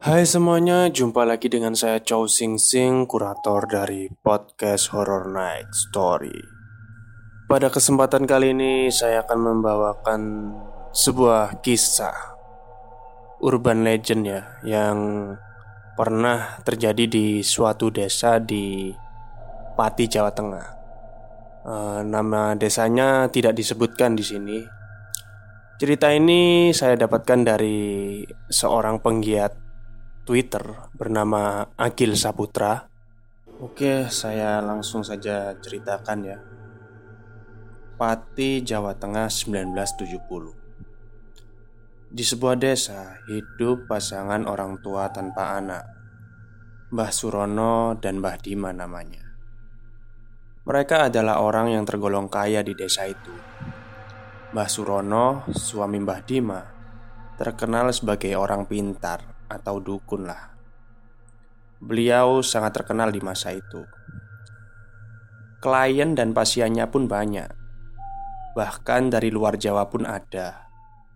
Hai semuanya, jumpa lagi dengan saya Chow Sing Sing, kurator dari podcast Horror Night Story. Pada kesempatan kali ini saya akan membawakan sebuah kisah urban legend ya, yang pernah terjadi di suatu desa di Pati, Jawa Tengah. Nama desanya tidak disebutkan di sini. Cerita ini saya dapatkan dari seorang penggiat Twitter bernama Agil Saputra. Oke, saya langsung saja ceritakan ya. Pati, Jawa Tengah 1970. Di sebuah desa hidup pasangan orang tua tanpa anak, Mbah Surono dan Mbah Dima namanya. Mereka adalah orang yang tergolong kaya di desa itu. Mbah Surono, suami Mbah Dima, terkenal sebagai orang pintar atau dukun lah. Beliau sangat terkenal di masa itu. Klien dan pasiennya pun banyak. Bahkan dari luar Jawa pun ada.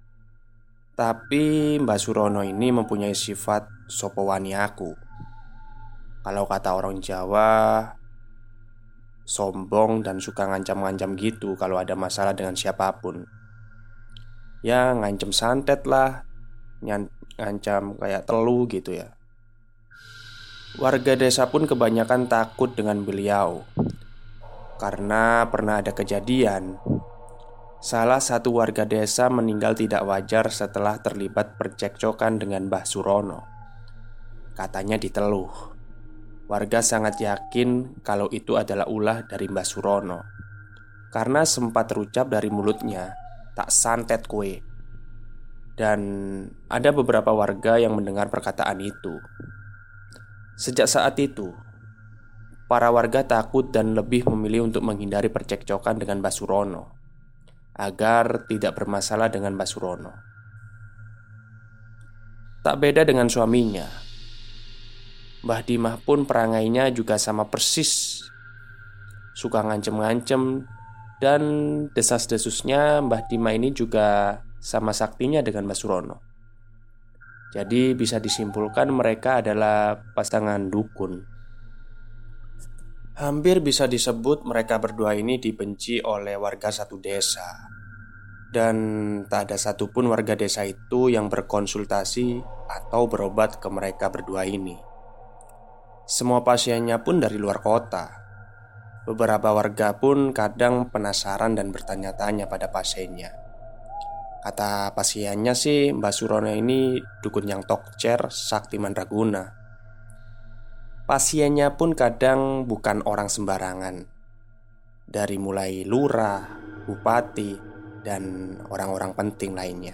Tapi Mbak Surono ini mempunyai sifat sopowani aku. Kalau kata orang Jawa, sombong dan suka ngancam-ngancam gitu kalau ada masalah dengan siapapun. Ya ngancam santet lah, ngancam kayak telu gitu ya. Warga desa pun kebanyakan takut dengan beliau. Karena pernah ada kejadian salah satu warga desa meninggal tidak wajar setelah terlibat percekcokan dengan Mbah Surono. Katanya diteluh. Warga sangat yakin kalau itu adalah ulah dari Mbah Surono, karena sempat terucap dari mulutnya, "Tak santet kue." Dan ada beberapa warga yang mendengar perkataan itu. Sejak saat itu, para warga takut dan lebih memilih untuk menghindari percekcokan dengan Mbah Surono agar tidak bermasalah dengan Mbah Surono. Tak beda dengan suaminya, Mbah Dimah pun perangainya juga sama persis. Suka ngancem-ngancem. Dan desas-desusnya Mbah Dimah ini juga sama saktinya dengan Mbah Surono. Jadi bisa disimpulkan mereka adalah pasangan dukun. Hampir bisa disebut mereka berdua ini dibenci oleh warga satu desa. Dan tak ada satupun warga desa itu yang berkonsultasi atau berobat ke mereka berdua ini. Semua pasiennya pun dari luar kota. Beberapa warga pun kadang penasaran dan bertanya-tanya pada pasiennya. Kata pasiennya sih, Mbah Surono ini dukun yang tokcer, sakti mandraguna. Pasiennya pun kadang bukan orang sembarangan. Dari mulai lurah, bupati, dan orang-orang penting lainnya.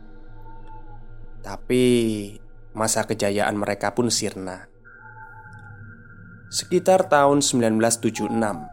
Tapi masa kejayaan mereka pun sirna. Sekitar tahun 1976,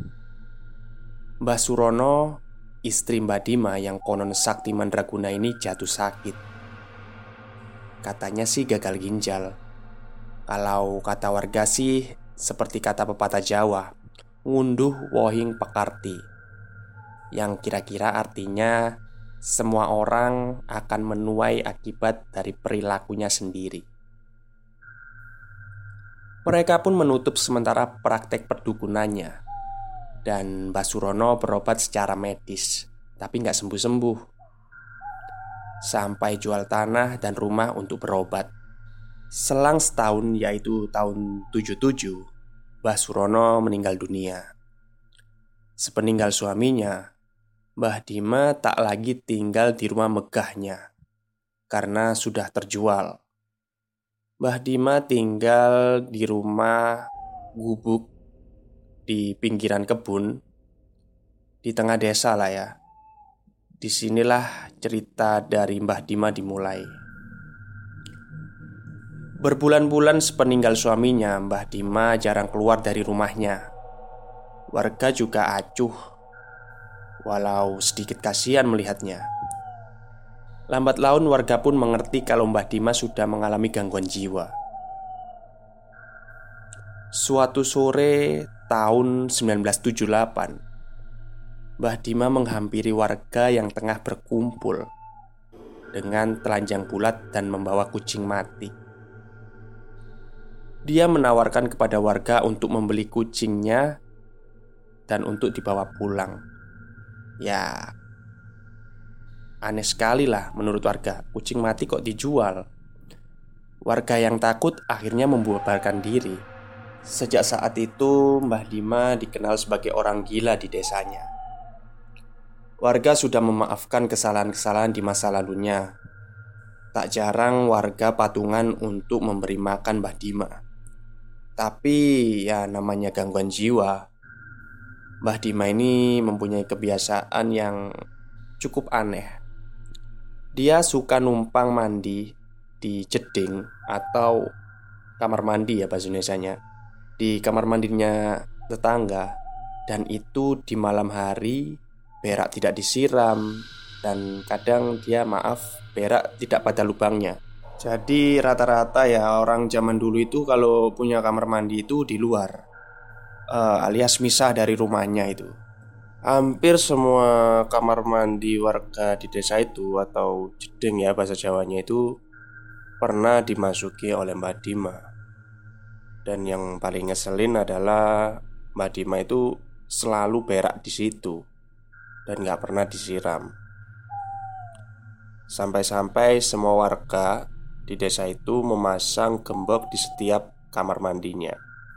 Mbah Surono, istri Mbah Dima yang konon sakti mandraguna ini jatuh sakit. Katanya sih gagal ginjal. Kalau kata warga sih seperti kata pepatah Jawa, ngunduh wohing pekarti, yang kira-kira artinya semua orang akan menuai akibat dari perilakunya sendiri. Mereka pun menutup sementara praktek perdukunannya. Dan Mbah Surono berobat secara medis, tapi nggak sembuh-sembuh. Sampai jual tanah dan rumah untuk berobat. Selang setahun, yaitu tahun 77, Mbah Surono meninggal dunia. Sepeninggal suaminya, Mbah Dima tak lagi tinggal di rumah megahnya karena sudah terjual. Mbah Dima tinggal di rumah gubuk di pinggiran kebun di tengah desa lah ya. Disinilah cerita dari Mbah Dima dimulai. Berbulan-bulan sepeninggal suaminya, Mbah Dima jarang keluar dari rumahnya. Warga juga acuh, walau sedikit kasihan melihatnya. Lambat laun warga pun mengerti kalau Mbah Dima sudah mengalami gangguan jiwa. Suatu sore tahun 1978, Mbah Dima menghampiri warga yang tengah berkumpul dengan telanjang bulat dan membawa kucing mati. Dia menawarkan kepada warga untuk membeli kucingnya dan untuk dibawa pulang. Ya, aneh sekali lah menurut warga. Kucing mati kok dijual? Warga yang takut akhirnya membubarkan diri. Sejak saat itu Mbah Dima dikenal sebagai orang gila di desanya. Warga sudah memaafkan kesalahan-kesalahan di masa lalunya. Tak jarang warga patungan untuk memberi makan Mbah Dima. Tapi ya namanya gangguan jiwa. Mbah Dima ini mempunyai kebiasaan yang cukup aneh. Dia suka numpang mandi di jeding atau kamar mandi ya bahasa Indonesianya, di kamar mandinya tetangga. Dan itu di malam hari, berak tidak disiram. Dan kadang dia berak tidak pada lubangnya. Jadi rata-rata ya orang zaman dulu itu kalau punya kamar mandi itu di luar, alias misah dari rumahnya itu. Hampir semua kamar mandi warga di desa itu, atau jeding ya bahasa Jawanya itu, pernah dimasuki oleh Mbak Dima. Dan yang paling ngeselin adalah Mbak Dima itu selalu berak di situ dan gak pernah disiram. Sampai-sampai semua warga di desa itu memasang gembok di setiap kamar mandinya.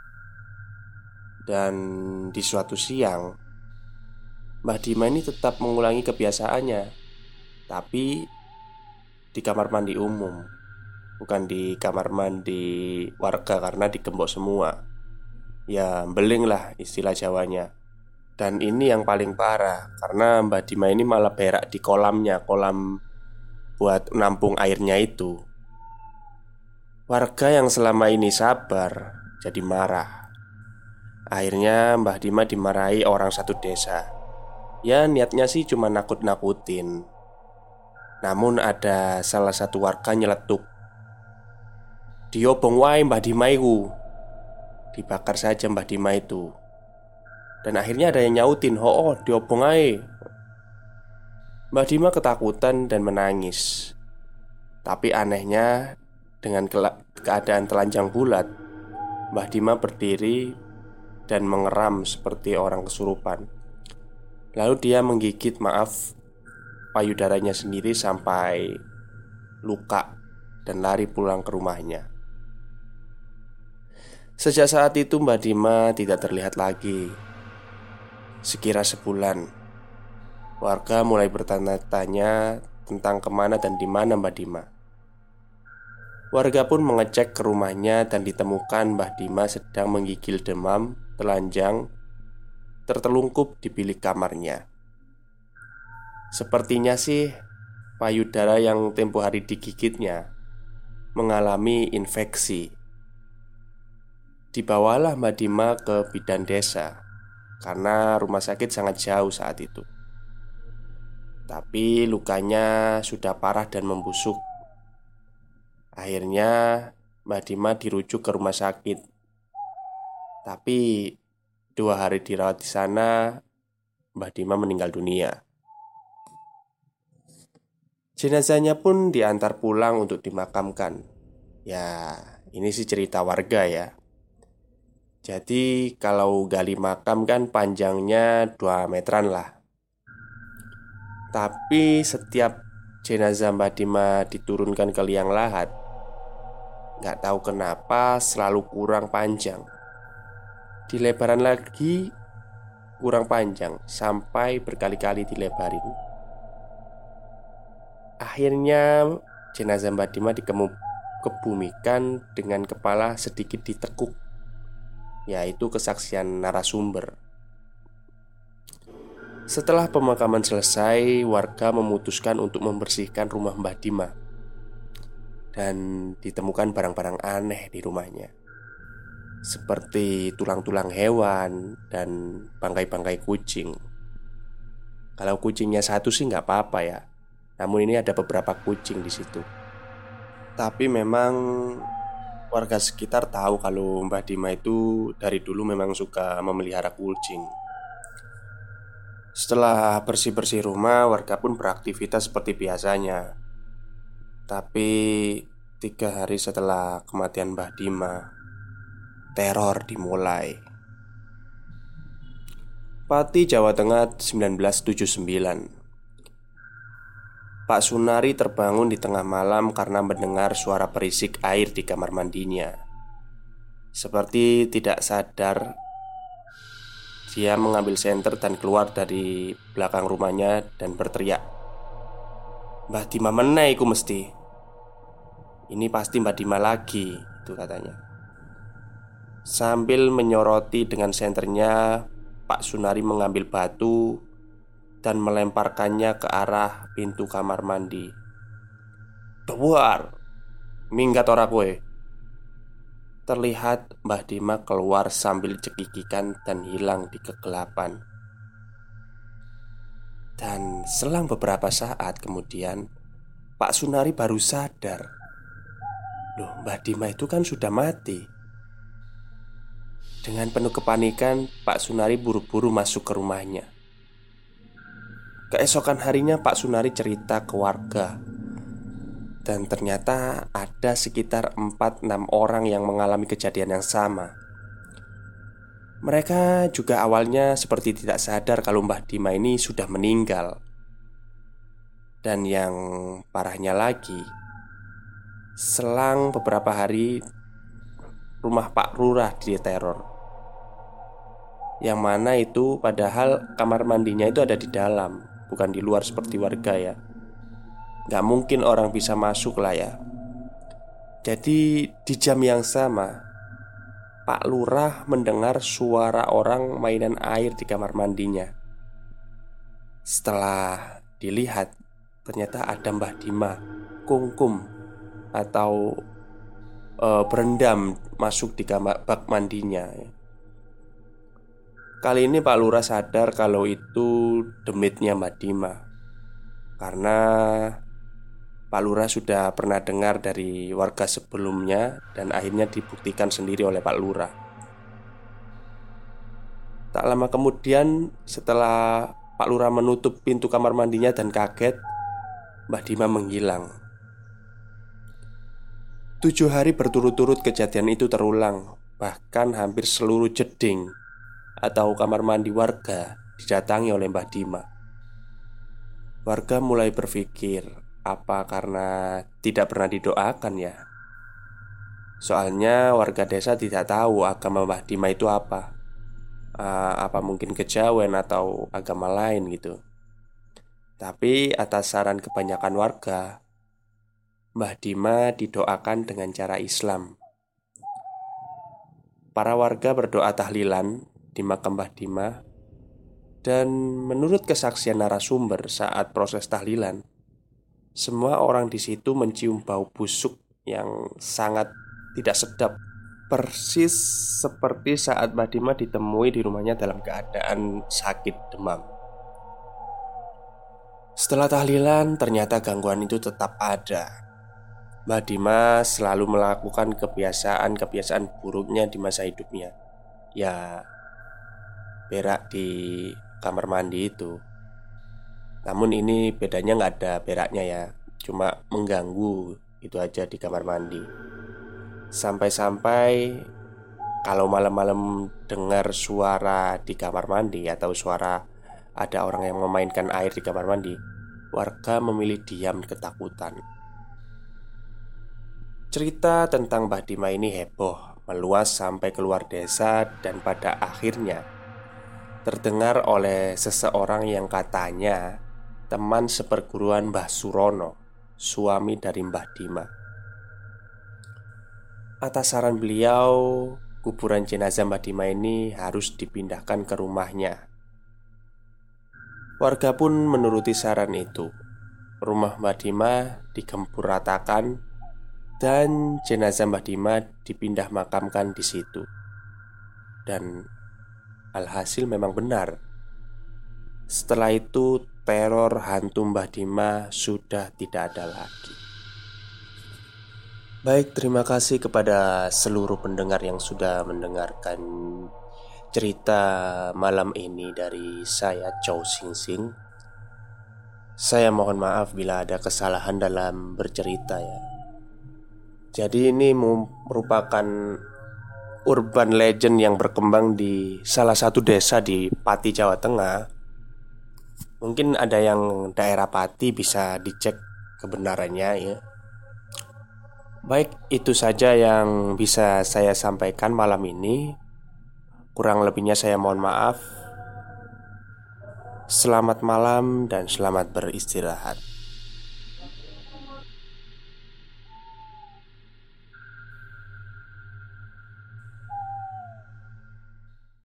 Dan di suatu siang, Mbah Dima ini tetap mengulangi kebiasaannya, tapi di kamar mandi umum, bukan di kamar mandi warga karena digembok semua. Ya beling lah istilah Jawanya. Dan ini yang paling parah, karena Mbah Dima ini malah berak di kolamnya, kolam buat nampung airnya itu. Warga yang selama ini sabar jadi marah. Akhirnya Mbah Dima dimarahi orang satu desa. Ya niatnya sih cuma nakut-nakutin. Namun ada salah satu warga nyeletuk, "Diobong wae Mbah Dima iku." Dibakar saja Mbah Dima itu. Dan akhirnya ada yang nyautin, "Oh, diobong ae." Mbah Dima ketakutan dan menangis. Tapi anehnya, dengan keadaan telanjang bulat, Mbah Dima berdiri dan mengeram seperti orang kesurupan. Lalu dia menggigit payudaranya sendiri sampai luka dan lari pulang ke rumahnya. Sejak saat itu Mbah Dima tidak terlihat lagi. Sekira sebulan, warga mulai bertanya-tanya tentang kemana dan di mana Mbah Dima. Warga pun mengecek ke rumahnya dan ditemukan Mbah Dima sedang menggigil demam, telanjang, tertelungkup di bilik kamarnya. Sepertinya sih payudara yang tempo hari digigitnya mengalami infeksi. Dibawalah Mbah Dima ke bidan desa karena rumah sakit sangat jauh saat itu. Tapi lukanya sudah parah dan membusuk. Akhirnya Mbah Dima dirujuk ke rumah sakit. Tapi 2 hari dirawat di sana, Mbah Dima meninggal dunia. Jenazahnya pun diantar pulang untuk dimakamkan. Ya, ini sih cerita warga ya. Jadi kalau gali makam kan panjangnya 2 meteran lah. Tapi setiap jenazah Mbah Dima diturunkan ke liang lahat, gak tahu kenapa selalu kurang panjang. Dilebaran lagi kurang panjang, sampai berkali-kali dilebarin. Akhirnya jenazah Mbah Dima dikebumikan dengan kepala sedikit ditekuk, yaitu kesaksian narasumber. Setelah pemakaman selesai, warga memutuskan untuk membersihkan rumah Mbah Dima. Dan ditemukan barang-barang aneh di rumahnya, seperti tulang-tulang hewan dan bangkai-bangkai kucing. Kalau kucingnya satu sih nggak apa-apa ya, namun ini ada beberapa kucing di situ. Tapi memang warga sekitar tahu kalau Mbah Dima itu dari dulu memang suka memelihara kucing. Setelah bersih-bersih rumah, warga pun beraktivitas seperti biasanya. Tapi 3 hari setelah kematian Mbah Dima, teror dimulai. Pati, Jawa Tengah 1979. Pak Sunari terbangun di tengah malam karena mendengar suara berisik air di kamar mandinya. Seperti tidak sadar, dia mengambil senter dan keluar dari belakang rumahnya dan berteriak, "Mbah Dima meneh iku mesti. Ini pasti Mbah Dima lagi," itu katanya. Sambil menyoroti dengan senternya, Pak Sunari mengambil batu dan melemparkannya ke arah pintu kamar mandi. "Keluar, minggat ora kowe." Terlihat Mbah Dima keluar sambil cekikikan dan hilang di kegelapan. Dan selang beberapa saat kemudian, Pak Sunari baru sadar, loh, Mbah Dima itu kan sudah mati. Dengan penuh kepanikan, Pak Sunari buru-buru masuk ke rumahnya. Keesokan harinya Pak Sunari cerita ke warga, dan ternyata ada sekitar 4-6 orang yang mengalami kejadian yang sama. Mereka juga awalnya seperti tidak sadar kalau Mbah Dima ini sudah meninggal. Dan yang parahnya lagi, selang beberapa hari rumah Pak Lurah diteror. Yang mana itu padahal kamar mandinya itu ada di dalam, bukan di luar seperti warga ya. Gak mungkin orang bisa masuk lah ya. Jadi di jam yang sama, Pak Lurah mendengar suara orang mainan air di kamar mandinya. Setelah dilihat, ternyata ada Mbah Dima kungkum atau berendam masuk di kamar bak mandinya. Kali ini Pak Lurah sadar kalau itu demitnya Mbah Dima, karena Pak Lurah sudah pernah dengar dari warga sebelumnya dan akhirnya dibuktikan sendiri oleh Pak Lurah. Tak lama kemudian, setelah Pak Lurah menutup pintu kamar mandinya dan kaget, Mbah Dima menghilang. 7 hari berturut-turut kejadian itu terulang. Bahkan hampir seluruh jeding atau kamar mandi warga didatangi oleh Mbah Dima. Warga mulai berpikir, apa karena tidak pernah didoakan ya? Soalnya warga desa tidak tahu agama Mbah Dima itu apa. Apa mungkin kejawen atau agama lain gitu. Tapi atas saran kebanyakan warga, Mbah Dima didoakan dengan cara Islam. Para warga berdoa tahlilan di makam Mbah Dima. Dan menurut kesaksian narasumber saat proses tahlilan, semua orang di situ mencium bau busuk yang sangat tidak sedap, persis seperti saat Mbah Dima ditemui di rumahnya dalam keadaan sakit demam. Setelah tahlilan, ternyata gangguan itu tetap ada. Mbah Dima selalu melakukan kebiasaan buruknya di masa hidupnya. Ya, berak di kamar mandi itu. Namun ini bedanya nggak ada beraknya ya, cuma mengganggu itu aja di kamar mandi. Sampai-sampai kalau malam-malam dengar suara di kamar mandi atau suara ada orang yang memainkan air di kamar mandi, warga memilih diam ketakutan. Cerita tentang Mbah Dima ini heboh, meluas sampai keluar desa dan pada akhirnya terdengar oleh seseorang yang katanya teman seperguruan Mbah Surono, suami dari Mbah Dima. Atas saran beliau, kuburan jenazah Mbah Dima ini harus dipindahkan ke rumahnya. Warga pun menuruti saran itu. Rumah Mbah Dima digempur ratakan dan jenazah Mbah Dima dipindah makamkan di situ. Dan alhasil memang benar. Setelah itu teror hantu Mbah Dima sudah tidak ada lagi. Baik, terima kasih kepada seluruh pendengar yang sudah mendengarkan cerita malam ini dari saya, Chow Sing Sing. Saya mohon maaf bila ada kesalahan dalam bercerita ya. Jadi ini merupakan urban legend yang berkembang di salah satu desa di Pati, Jawa Tengah. Mungkin ada yang daerah Pati bisa dicek kebenarannya ya. Baik, itu saja yang bisa saya sampaikan malam ini. Kurang lebihnya saya mohon maaf. Selamat malam dan selamat beristirahat.